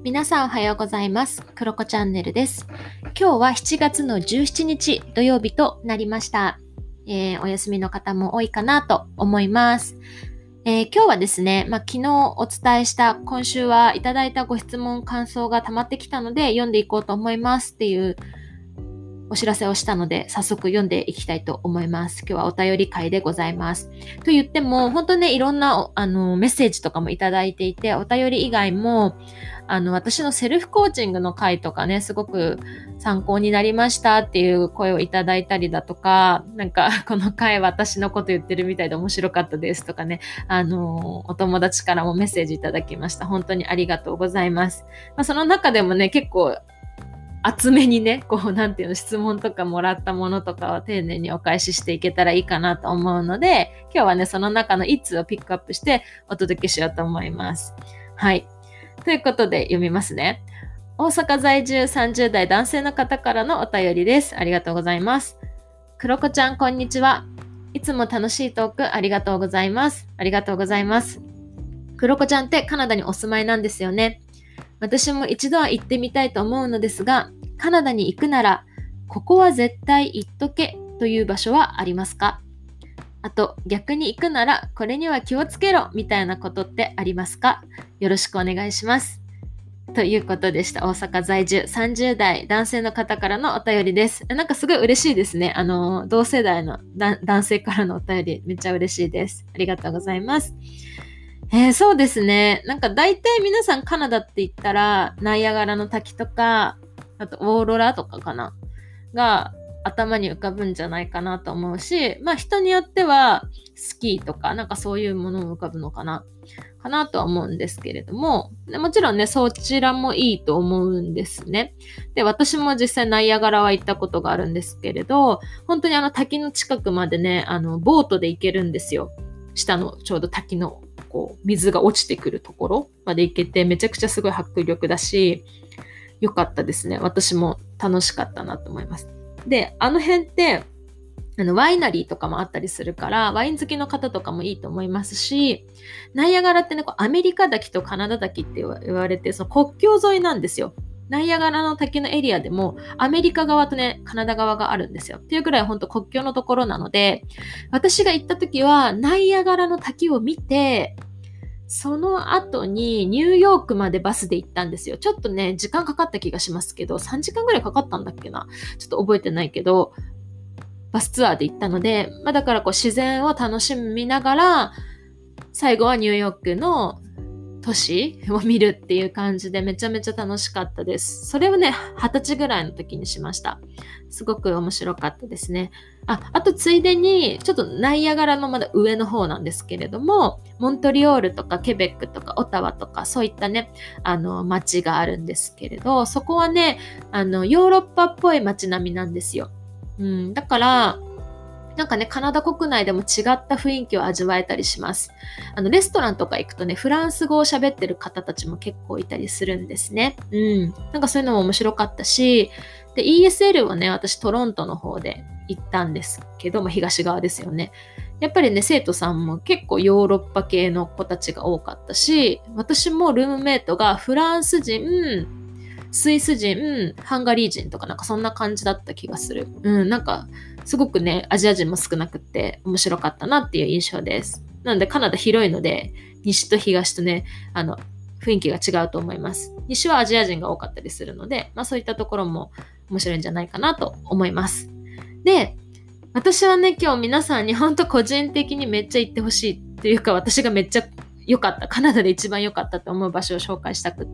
皆さんおはようございます。クロコチャンネルです。今日は7月の17日土曜日となりました。お休みの方も多いかなと思います。今日はですね、昨日お伝えした今週はいただいたご質問感想が溜まってきたので読んでいこうと思いますっていうお知らせをしたので早速読んでいきたいと思います。今日はお便り会でございます。と言っても本当ね、いろんなメッセージとかもいただいていて、お便り以外も私のセルフコーチングの回とかね、すごく参考になりましたっていう声をいただいたりだとか、この回私のこと言ってるみたいで面白かったですとかね、お友達からもメッセージいただきました。本当にありがとうございます。その中でもね、結構厚めにね、質問とかもらったものとかを丁寧にお返ししていけたらいいかなと思うので、今日はね、その中の1通をピックアップしてお届けしようと思います。はい。ということで読みますね。大阪在住30代男性の方からのお便りです。ありがとうございます。クロコちゃん、こんにちは。いつも楽しいトークありがとうございます。ありがとうございます。クロコちゃんってカナダにお住まいなんですよね。私も一度は行ってみたいと思うのですが、カナダに行くなら、ここは絶対行っとけという場所はありますか？あと、逆に行くなら、これには気をつけろみたいなことってありますか？よろしくお願いします。ということでした。大阪在住30代男性の方からのお便りです。すごい嬉しいですね。同世代の男性からのお便り、めっちゃ嬉しいです。ありがとうございます。そうですね。大体皆さんカナダって言ったら、ナイアガラの滝とか、あとオーロラとかかなが頭に浮かぶんじゃないかなと思うし、人によってはスキーとかそういうものも浮かぶのかなとは思うんですけれども、もちろんね、そちらもいいと思うんですね。で、私も実際ナイアガラは行ったことがあるんですけれど、本当に滝の近くまでね、ボートで行けるんですよ。下のちょうど滝の水が落ちてくるところまで行けて、めちゃくちゃすごい迫力だし、良かったですね。私も楽しかったなと思います。で、あの辺ってワイナリーとかもあったりするから、ワイン好きの方とかもいいと思いますし、ナイアガラってね、アメリカ滝とカナダ滝って言われて、その国境沿いなんですよ。ナイアガラの滝のエリアでもアメリカ側とね、カナダ側があるんですよ。っていうぐらい本当国境のところなので、私が行った時はナイアガラの滝を見て、その後にニューヨークまでバスで行ったんですよ。ちょっとね、時間かかった気がしますけど、3時間ぐらいかかったんだっけな。ちょっと覚えてないけど、バスツアーで行ったので、だから自然を楽しみながら、最後はニューヨークの都市を見るっていう感じでめちゃめちゃ楽しかったです。それをね、20歳ぐらいの時にしました。すごく面白かったですね。あとついでに、ちょっとナイアガラのまだ上の方なんですけれども、モントリオールとかケベックとかオタワとかそういったね、街があるんですけれど、そこはね、ヨーロッパっぽい街並みなんですよ。だから、カナダ国内でも違った雰囲気を味わえたりします。レストランとか行くとね、フランス語を喋ってる方たちも結構いたりするんですね。そういうのも面白かったし、で、ESL はね、私トロントの方で行ったんですけども、東側ですよね。やっぱりね、生徒さんも結構ヨーロッパ系の子たちが多かったし、私もルームメイトがフランス人、スイス人、ハンガリー人とかそんな感じだった気がする。すごくね、アジア人も少なくって面白かったなっていう印象です。なのでカナダ広いので、西と東とね、雰囲気が違うと思います。西はアジア人が多かったりするので、そういったところも面白いんじゃないかなと思います。で、私はね、今日皆さんに本当個人的にめっちゃ行ってほしいっていうか、私がめっちゃ良かった、カナダで一番良かったと思う場所を紹介したくって、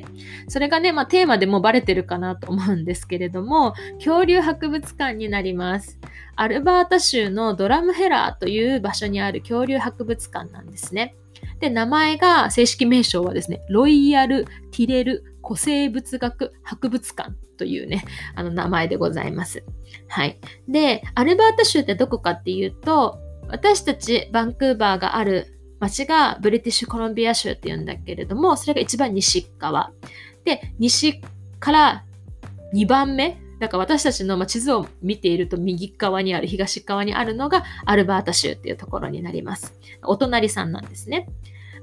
それがね、テーマでもバレてるかなと思うんですけれども、恐竜博物館になります。アルバータ州のドラムヘラーという場所にある恐竜博物館なんですね。で、名前が、正式名称はですね、ロイヤル・ティレル古生物学博物館というね、名前でございます。はい。で、アルバータ州ってどこかっていうと、私たちバンクーバーがある町がブリティッシュコロンビア州っていうんだけれども、それが一番西側。で、西から2番目。だから私たちの地図を見ていると右側にある、東側にあるのがアルバータ州っていうところになります。お隣さんなんですね。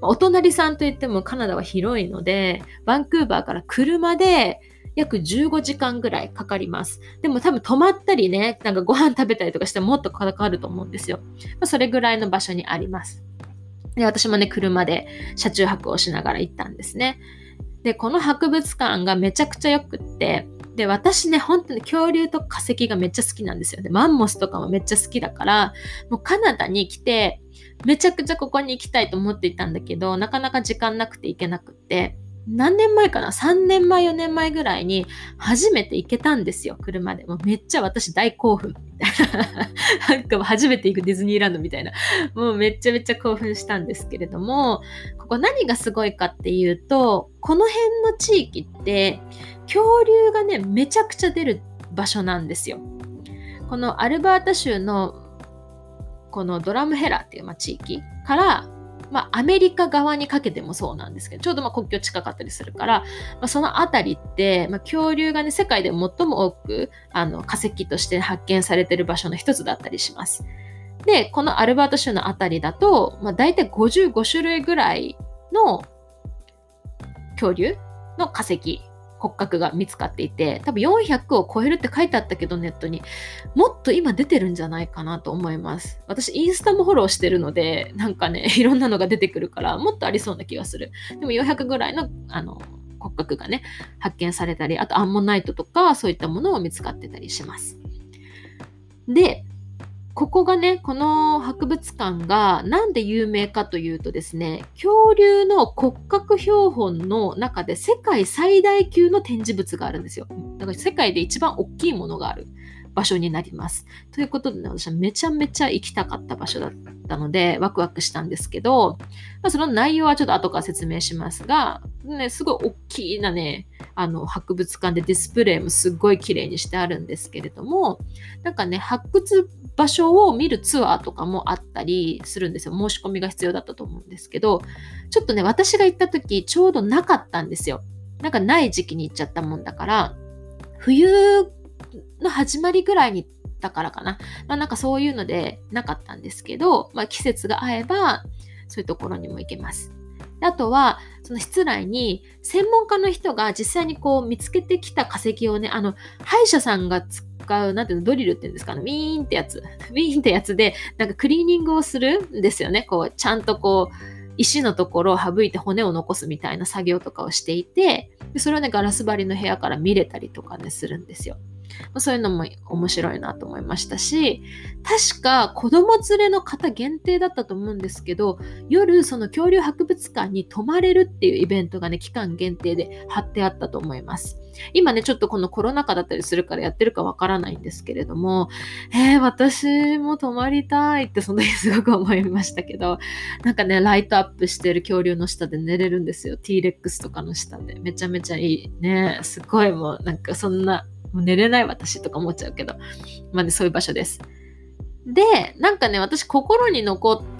お隣さんといってもカナダは広いので、バンクーバーから車で約15時間ぐらいかかります。でも多分泊まったりね、なんかご飯食べたりとかしてもっとかかると思うんですよ。それぐらいの場所にあります。で、私もね、車で車中泊をしながら行ったんですね。で、この博物館がめちゃくちゃよくって、で、私ね、本当に恐竜と化石がめっちゃ好きなんですよ。で、マンモスとかもめっちゃ好きだから、もうカナダに来て、めちゃくちゃここに行きたいと思っていたんだけど、なかなか時間なくて行けなくって、何年前かな ?3 年前、4年前ぐらいに初めて行けたんですよ、車で。もうめっちゃ私大興奮みたいな。なんか初めて行くディズニーランドみたいな。もうめちゃめちゃ興奮したんですけれども、ここ何がすごいかっていうと、この辺の地域って恐竜がね、めちゃくちゃ出る場所なんですよ。このアルバータ州のこのドラムヘラっていう地域から、アメリカ側にかけてもそうなんですけど、ちょうど国境近かったりするから、そのあたりって、恐竜がね、世界で最も多く化石として発見されている場所の一つだったりします。で、このアルバータ州のあたりだと、だいたい55種類ぐらいの恐竜の化石、骨格が見つかっていて、多分400を超えるって書いてあったけど、ネットにもっと今出てるんじゃないかなと思います。私インスタもフォローしてるので、なんかね、いろんなのが出てくるからもっとありそうな気がする。でも400ぐらいの骨格がね、発見されたり、あとアンモナイトとかそういったものも見つかってたりします。で、ここがね、この博物館がなんで有名かというとですね、恐竜の骨格標本の中で世界最大級の展示物があるんですよ。だから世界で一番大きいものがある場所になります。ということでね、私はめちゃめちゃ行きたかった場所だったので、ワクワクしたんですけど、その内容はちょっと後から説明しますが、ね、すごい大きなね、博物館でディスプレイもすごい綺麗にしてあるんですけれども、なんかね、発掘場所を見るツアーとかもあったりするんですよ。申し込みが必要だったと思うんですけど、ちょっとね、私が行った時ちょうどなかったんですよ。なんかない時期に行っちゃったもんだから、冬の始まりぐらいに行ったからかな。なんかそういうのでなかったんですけど、季節が合えばそういうところにも行けます。あとは、その室内に専門家の人が実際にこう見つけてきた化石をね、歯医者さんが使う、なんていうの、ドリルっていうんですかね、ウィーンってやつ。ウィーンってやつで、なんかクリーニングをするんですよね。こう、ちゃんとこう、石のところを省いて骨を残すみたいな作業とかをしていて、でそれをね、ガラス張りの部屋から見れたりとかね、するんですよ。そういうのも面白いなと思いましたし、確か子供連れの方限定だったと思うんですけど、夜その恐竜博物館に泊まれるっていうイベントがね、期間限定で貼ってあったと思います。今ね、ちょっとこのコロナ禍だったりするからやってるかわからないんですけれども、私も泊まりたいってその時すごく思いましたけど、なんかね、ライトアップしてる恐竜の下で寝れるんですよ。T-Rex とかの下で。めちゃめちゃいい。ね、すごいもうなんかそんな、もう寝れない私とか思っちゃうけど、そういう場所です。で、なんかね、私心に残った、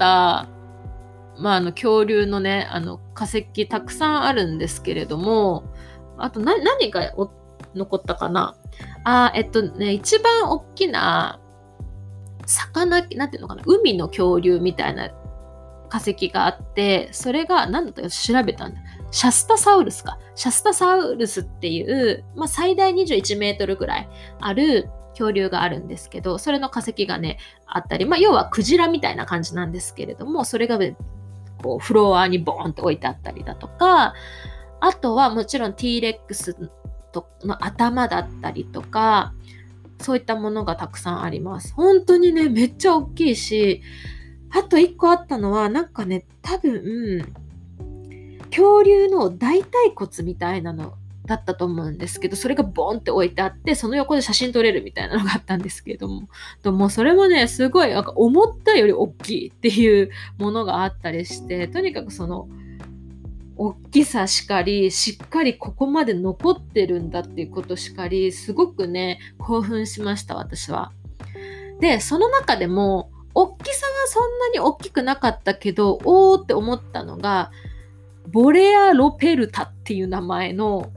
恐竜のね、化石たくさんあるんですけれども、あと何が残ったかな。一番大きな魚、なんていうのかな、海の恐竜みたいな化石があって、それが何だったか調べたんだ。シャスタサウルスか。シャスタサウルスっていう、最大21メートルぐらいある恐竜があるんですけど、それの化石がね、あったり、要はクジラみたいな感じなんですけれども、それがこうフロアにボーンと置いてあったりだとか、あとはもちろん T-Rex の頭だったりとか、そういったものがたくさんあります。本当にね、めっちゃ大きいし、あと一個あったのは、なんかね、多分、恐竜の大腿骨みたいなのだったと思うんですけど、それがボンって置いてあって、その横で写真撮れるみたいなのがあったんですけれども、それもね、すごいなんか思ったより大きいっていうものがあったりして、とにかくその、大きさしかり、しっかりここまで残ってるんだっていうことしかり、すごくね、興奮しました、私は。で、その中でも、大きさはそんなに大きくなかったけど、おーって思ったのが、ボレアロペルタっていう名前の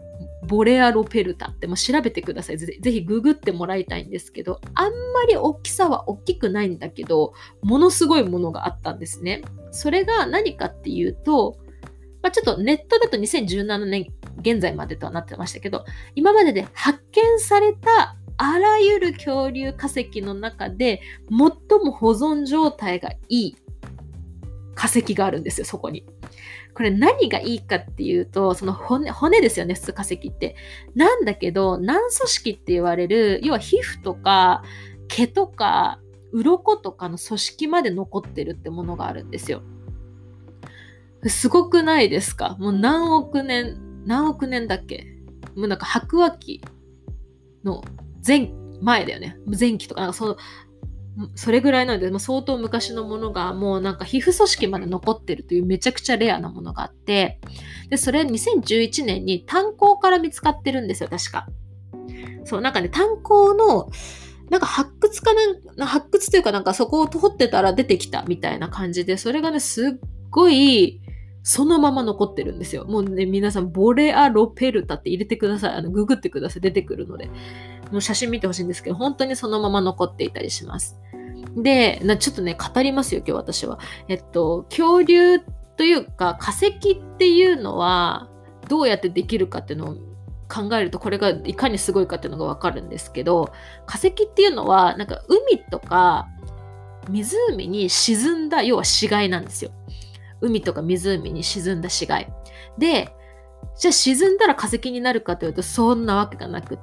ボレアロペルタってもう調べてください。ぜひググってもらいたいんですけど、あんまり大きさは大きくないんだけど、ものすごいものがあったんですね。それが何かっていうと、ちょっとネットだと2017年現在までとはなってましたけど、今までで発見されたあらゆる恐竜化石の中で最も保存状態がいい化石があるんですよ、そこに。これ何がいいかっていうと、その骨ですよね、普通化石って。なんだけど、軟組織って言われる、要は皮膚とか毛とか鱗とかの組織まで残ってるってものがあるんですよ。すごくないですか？もう何億年だっけ？もうなんか白亜紀の前だよね。前期とか、なんかそれぐらいなので、相当昔のものがもうなんか皮膚組織まで残ってるというめちゃくちゃレアなものがあって、で、それ2011年に炭鉱から見つかってるんですよ、確か。そう、なんかね、炭鉱の、なんか発掘というかなんかそこを通ってたら出てきたみたいな感じで、それがね、すっごい、そのまま残ってるんですよ。もうね、皆さん、ボレアロペルタって入れてください。ググってください。出てくるので。もう写真見てほしいんですけど、本当にそのまま残っていたりします。で、ちょっとね、語りますよ、今日私は。恐竜というか化石っていうのはどうやってできるかっていうのを考えると、これがいかにすごいかっていうのがわかるんですけど、化石っていうのはなんか海とか湖に沈んだ、要は死骸なんですよ。海とか湖に沈んだ死骸で、じゃあ沈んだら化石になるかというとそんなわけがなくって、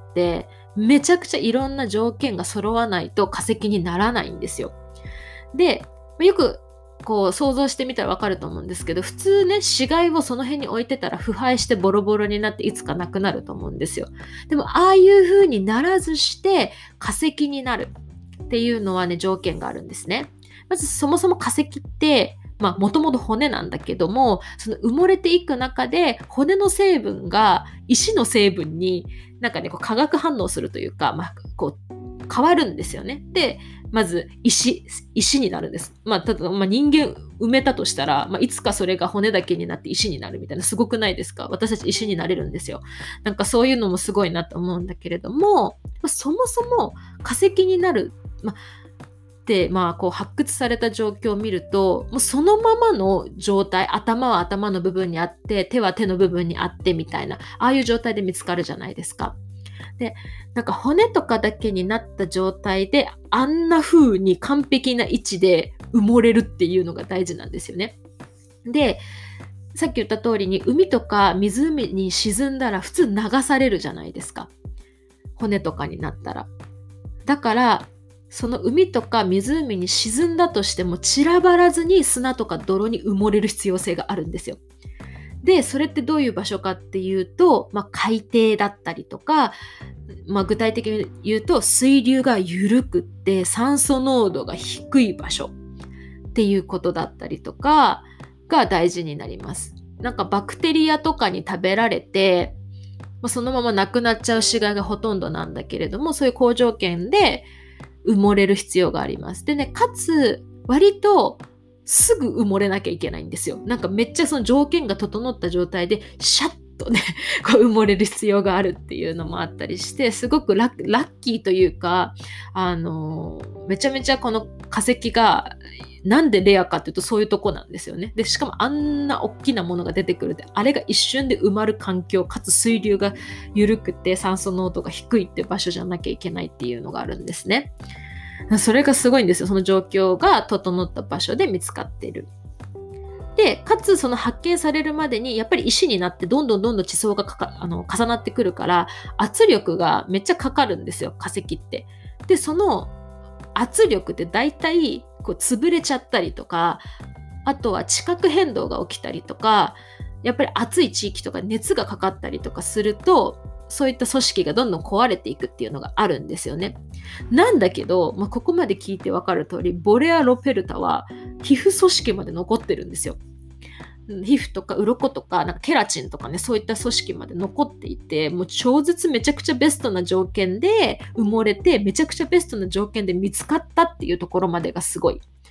めちゃくちゃいろんな条件が揃わないと化石にならないんですよ。で、よくこう想像してみたらわかると思うんですけど、普通ね、死骸をその辺に置いてたら腐敗してボロボロになっていつかなくなると思うんですよ。でもああいう風にならずして化石になるっていうのはね、条件があるんですね。まずそもそも化石ってもともと骨なんだけども、その埋もれていく中で骨の成分が石の成分になんかね、こう化学反応するというか、こう変わるんですよね。で、まず石になるんです。ただ、人間埋めたとしたら、いつかそれが骨だけになって石になるみたいな、すごくないですか？私たち石になれるんですよ。なんかそういうのもすごいなと思うんだけれども、そもそも化石になる、でこう発掘された状況を見ると、もうそのままの状態、頭は頭の部分にあって、手は手の部分にあってみたいな、ああいう状態で見つかるじゃないですか。で、なんか骨とかだけになった状態で、あんな風に完璧な位置で埋もれるっていうのが大事なんですよね。で、さっき言った通りに海とか湖に沈んだら普通流されるじゃないですか。骨とかになったら。だから、その海とか湖に沈んだとしても散らばらずに砂とか泥に埋もれる必要性があるんですよ。で、それってどういう場所かっていうと、海底だったりとか、具体的に言うと水流が緩くって酸素濃度が低い場所っていうことだったりとかが大事になります。なんかバクテリアとかに食べられて、そのままなくなっちゃう死骸がほとんどなんだけれども、そういう好条件で埋もれる必要があります。でね、かつ割とすぐ埋もれなきゃいけないんですよ。なんかめっちゃその条件が整った状態でシャッとねこう埋もれる必要があるっていうのもあったりして、すごくラッキーというか、めちゃめちゃこの化石がなんでレアかっていうとそういうとこなんですよね。で、しかもあんな大きなものが出てくるって、あれが一瞬で埋まる環境、かつ水流が緩くて酸素濃度が低いって場所じゃなきゃいけないっていうのがあるんですね。それがすごいんですよ。その状況が整った場所で見つかっている。で、かつその発見されるまでにやっぱり石になってどんどん地層が重なってくるから圧力がめっちゃかかるんですよ、化石って。で、その圧力って大体こう潰れちゃったりとか、あとは地殻変動が起きたりとか、やっぱり暑い地域とか熱がかかったりとかすると、そういった組織がどんどん壊れていくっていうのがあるんですよね。なんだけど、ここまで聞いてわかる通り、ボレアロペルタは皮膚組織まで残ってるんですよ。皮膚とか鱗とか、なんかケラチンとかね、そういった組織まで残っていて、もう超絶めちゃくちゃベストな条件で埋もれて、めちゃくちゃベストな条件で見つかったっていうところまでがすごい。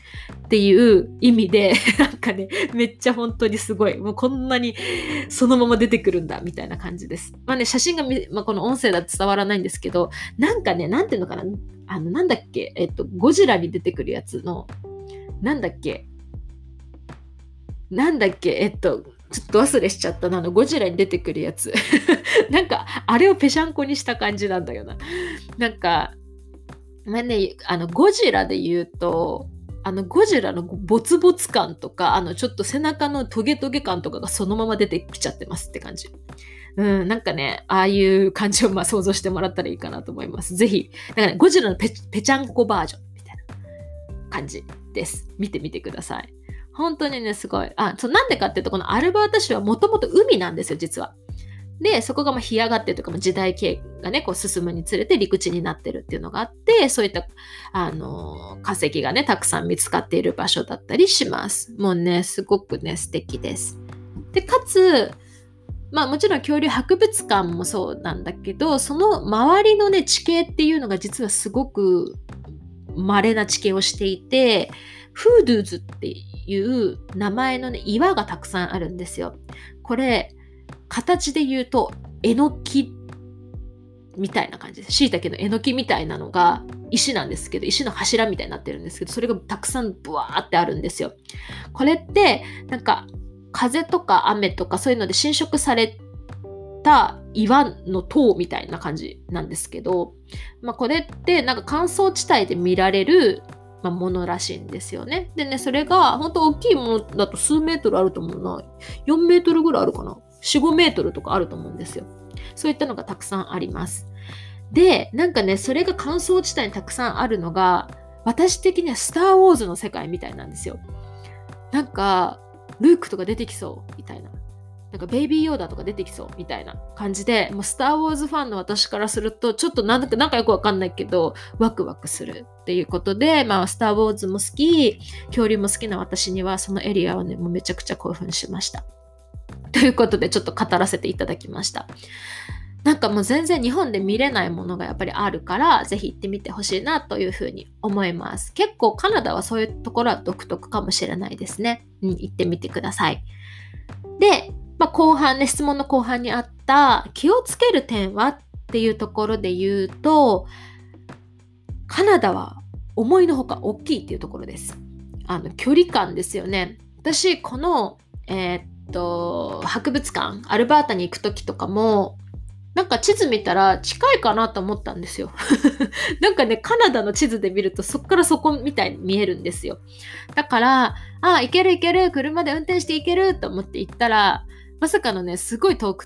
っていう意味でなんかね、めっちゃ本当にすごい、もうこんなにそのまま出てくるんだみたいな感じです。まあね、写真がこの音声だと伝わらないんですけど、なんかね、なんていうのかな、なんだっけ、ゴジラに出てくるやつの、なんだっけ、ちょっと忘れしちゃったな、ゴジラに出てくるやつ。なんか、あれをぺしゃんこにした感じなんだよな。なんか、まあね、ゴジラで言うと、ゴジラのボツボツ感とか、ちょっと背中のトゲトゲ感とかがそのまま出てきちゃってますって感じ。なんかね、ああいう感じを想像してもらったらいいかなと思います。ぜひ、だからね、ゴジラのぺちゃんこバージョンみたいな感じです。見てみてください。本当にね、すごい。なんでかっていうと、このアルバータ州はもともと海なんですよ、実は。で、そこが干上がってるというか、時代系がね、こう進むにつれて陸地になってるっていうのがあって、そういった、化石がね、たくさん見つかっている場所だったりします。もうね、すごくね、素敵です。で、かつ、もちろん恐竜博物館もそうなんだけど、その周りのね、地形っていうのが実はすごく稀な地形をしていて、フードゥーズっていう名前のね、岩がたくさんあるんですよ。これ、形で言うと、えのきみたいな感じです。椎茸のえのきみたいなのが石なんですけど、石の柱みたいになってるんですけど、それがたくさんブワーってあるんですよ。これって、なんか、風とか雨とかそういうので浸食された岩の塔みたいな感じなんですけど、これってなんか乾燥地帯で見られるものらしいんですよね。でね、それが本当大きいものだと数メートルあると思うな。4メートルぐらいあるかな。4、5メートルとかあると思うんですよ。そういったのがたくさんあります。で、なんかね、それが乾燥地帯にたくさんあるのが、私的にはスター・ウォーズの世界みたいなんですよ。なんか、ルークとか出てきそうみたいな。なんかベイビーヨーダとか出てきそうみたいな感じで、もうスター・ウォーズファンの私からすると、ちょっとなんかよくわかんないけど、ワクワクするっていうことで、スター・ウォーズも好き、恐竜も好きな私には、そのエリアはね、もうめちゃくちゃ興奮しました。ということで、ちょっと語らせていただきました。なんかもう全然日本で見れないものがやっぱりあるから、ぜひ行ってみてほしいなというふうに思います。結構カナダはそういうところは独特かもしれないですね。行ってみてください。で、後半ね、質問の後半にあった気をつける点はっていうところで言うと、カナダは思いのほか大きいっていうところです。距離感ですよね。私、この、博物館、アルバータに行くときとかも、なんか地図見たら近いかなと思ったんですよ。なんかね、カナダの地図で見るとそっからそこみたいに見えるんですよ。だから、行ける、車で運転して行けると思って行ったら、まさかのね、すごい遠くって、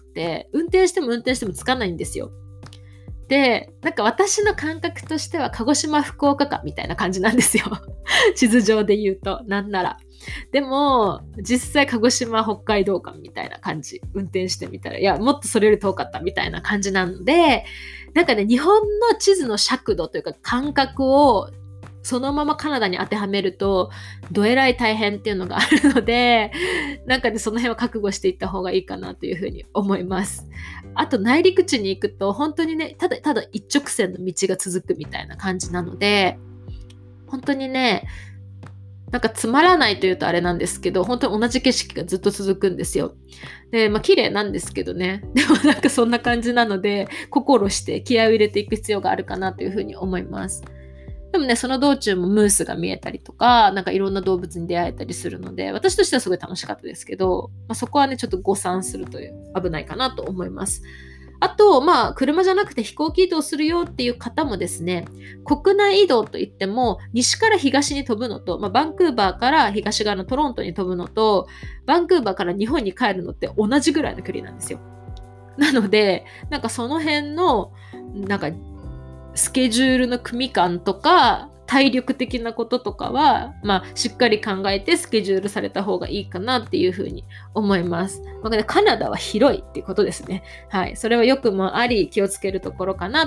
運転してもつかないんですよ。で、なんか私の感覚としては鹿児島福岡間みたいな感じなんですよ。地図上で言うと、なんなら。でも、実際鹿児島北海道間みたいな感じ。運転してみたら、いや、もっとそれより遠かったみたいな感じなので、なんかね、日本の地図の尺度というか感覚をそのままカナダに当てはめると、どえらい大変っていうのがあるので、なんかね、その辺は覚悟していった方がいいかなというふうに思います。あと内陸地に行くと、本当にね、ただ一直線の道が続くみたいな感じなので、本当にね、なんかつまらないというとあれなんですけど、本当に同じ景色がずっと続くんですよ。で、綺麗なんですけどね。でもなんかそんな感じなので、心して気合を入れていく必要があるかなというふうに思います。でもね、その道中もムースが見えたりとか、なんかいろんな動物に出会えたりするので、私としてはすごい楽しかったですけど、そこはね、ちょっと誤算するという危ないかなと思います。あと、車じゃなくて飛行機移動するよっていう方もですね、国内移動といっても、西から東に飛ぶのと、バンクーバーから東側のトロントに飛ぶのと、バンクーバーから日本に帰るのって同じぐらいの距離なんですよ。なので、なんかその辺の、なんか、スケジュールの組み感とか、体力的なこととかは、しっかり考えてスケジュールされた方がいいかなっていうふうに思います。カナダは広いっていうことですね。はい。それは良くもあり、気をつけるところかなと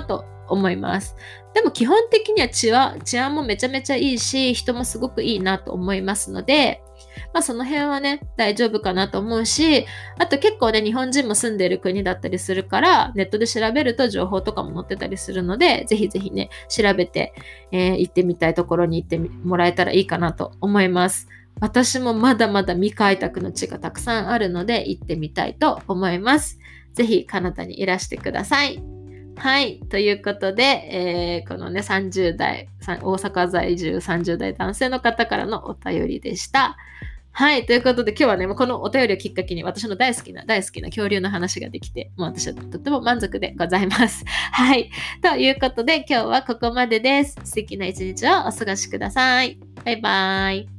思います。でも基本的には治安もめちゃめちゃいいし、人もすごくいいなと思いますので、その辺はね、大丈夫かなと思うし、あと結構ね、日本人も住んでる国だったりするから、ネットで調べると情報とかも載ってたりするので、ぜひぜひね、調べて、行ってみたいところに行ってもらえたらいいかなと思います。私もまだまだ未開拓の地がたくさんあるので、行ってみたいと思います。ぜひカナダにいらしてください。はい。ということで、このね、30代、大阪在住30代男性の方からのお便りでした。はい。ということで、今日はね、このお便りをきっかけに私の大好きな恐竜の話ができて、もう私はとても満足でございます。はい。ということで、今日はここまでです。素敵な一日をお過ごしください。バイバーイ。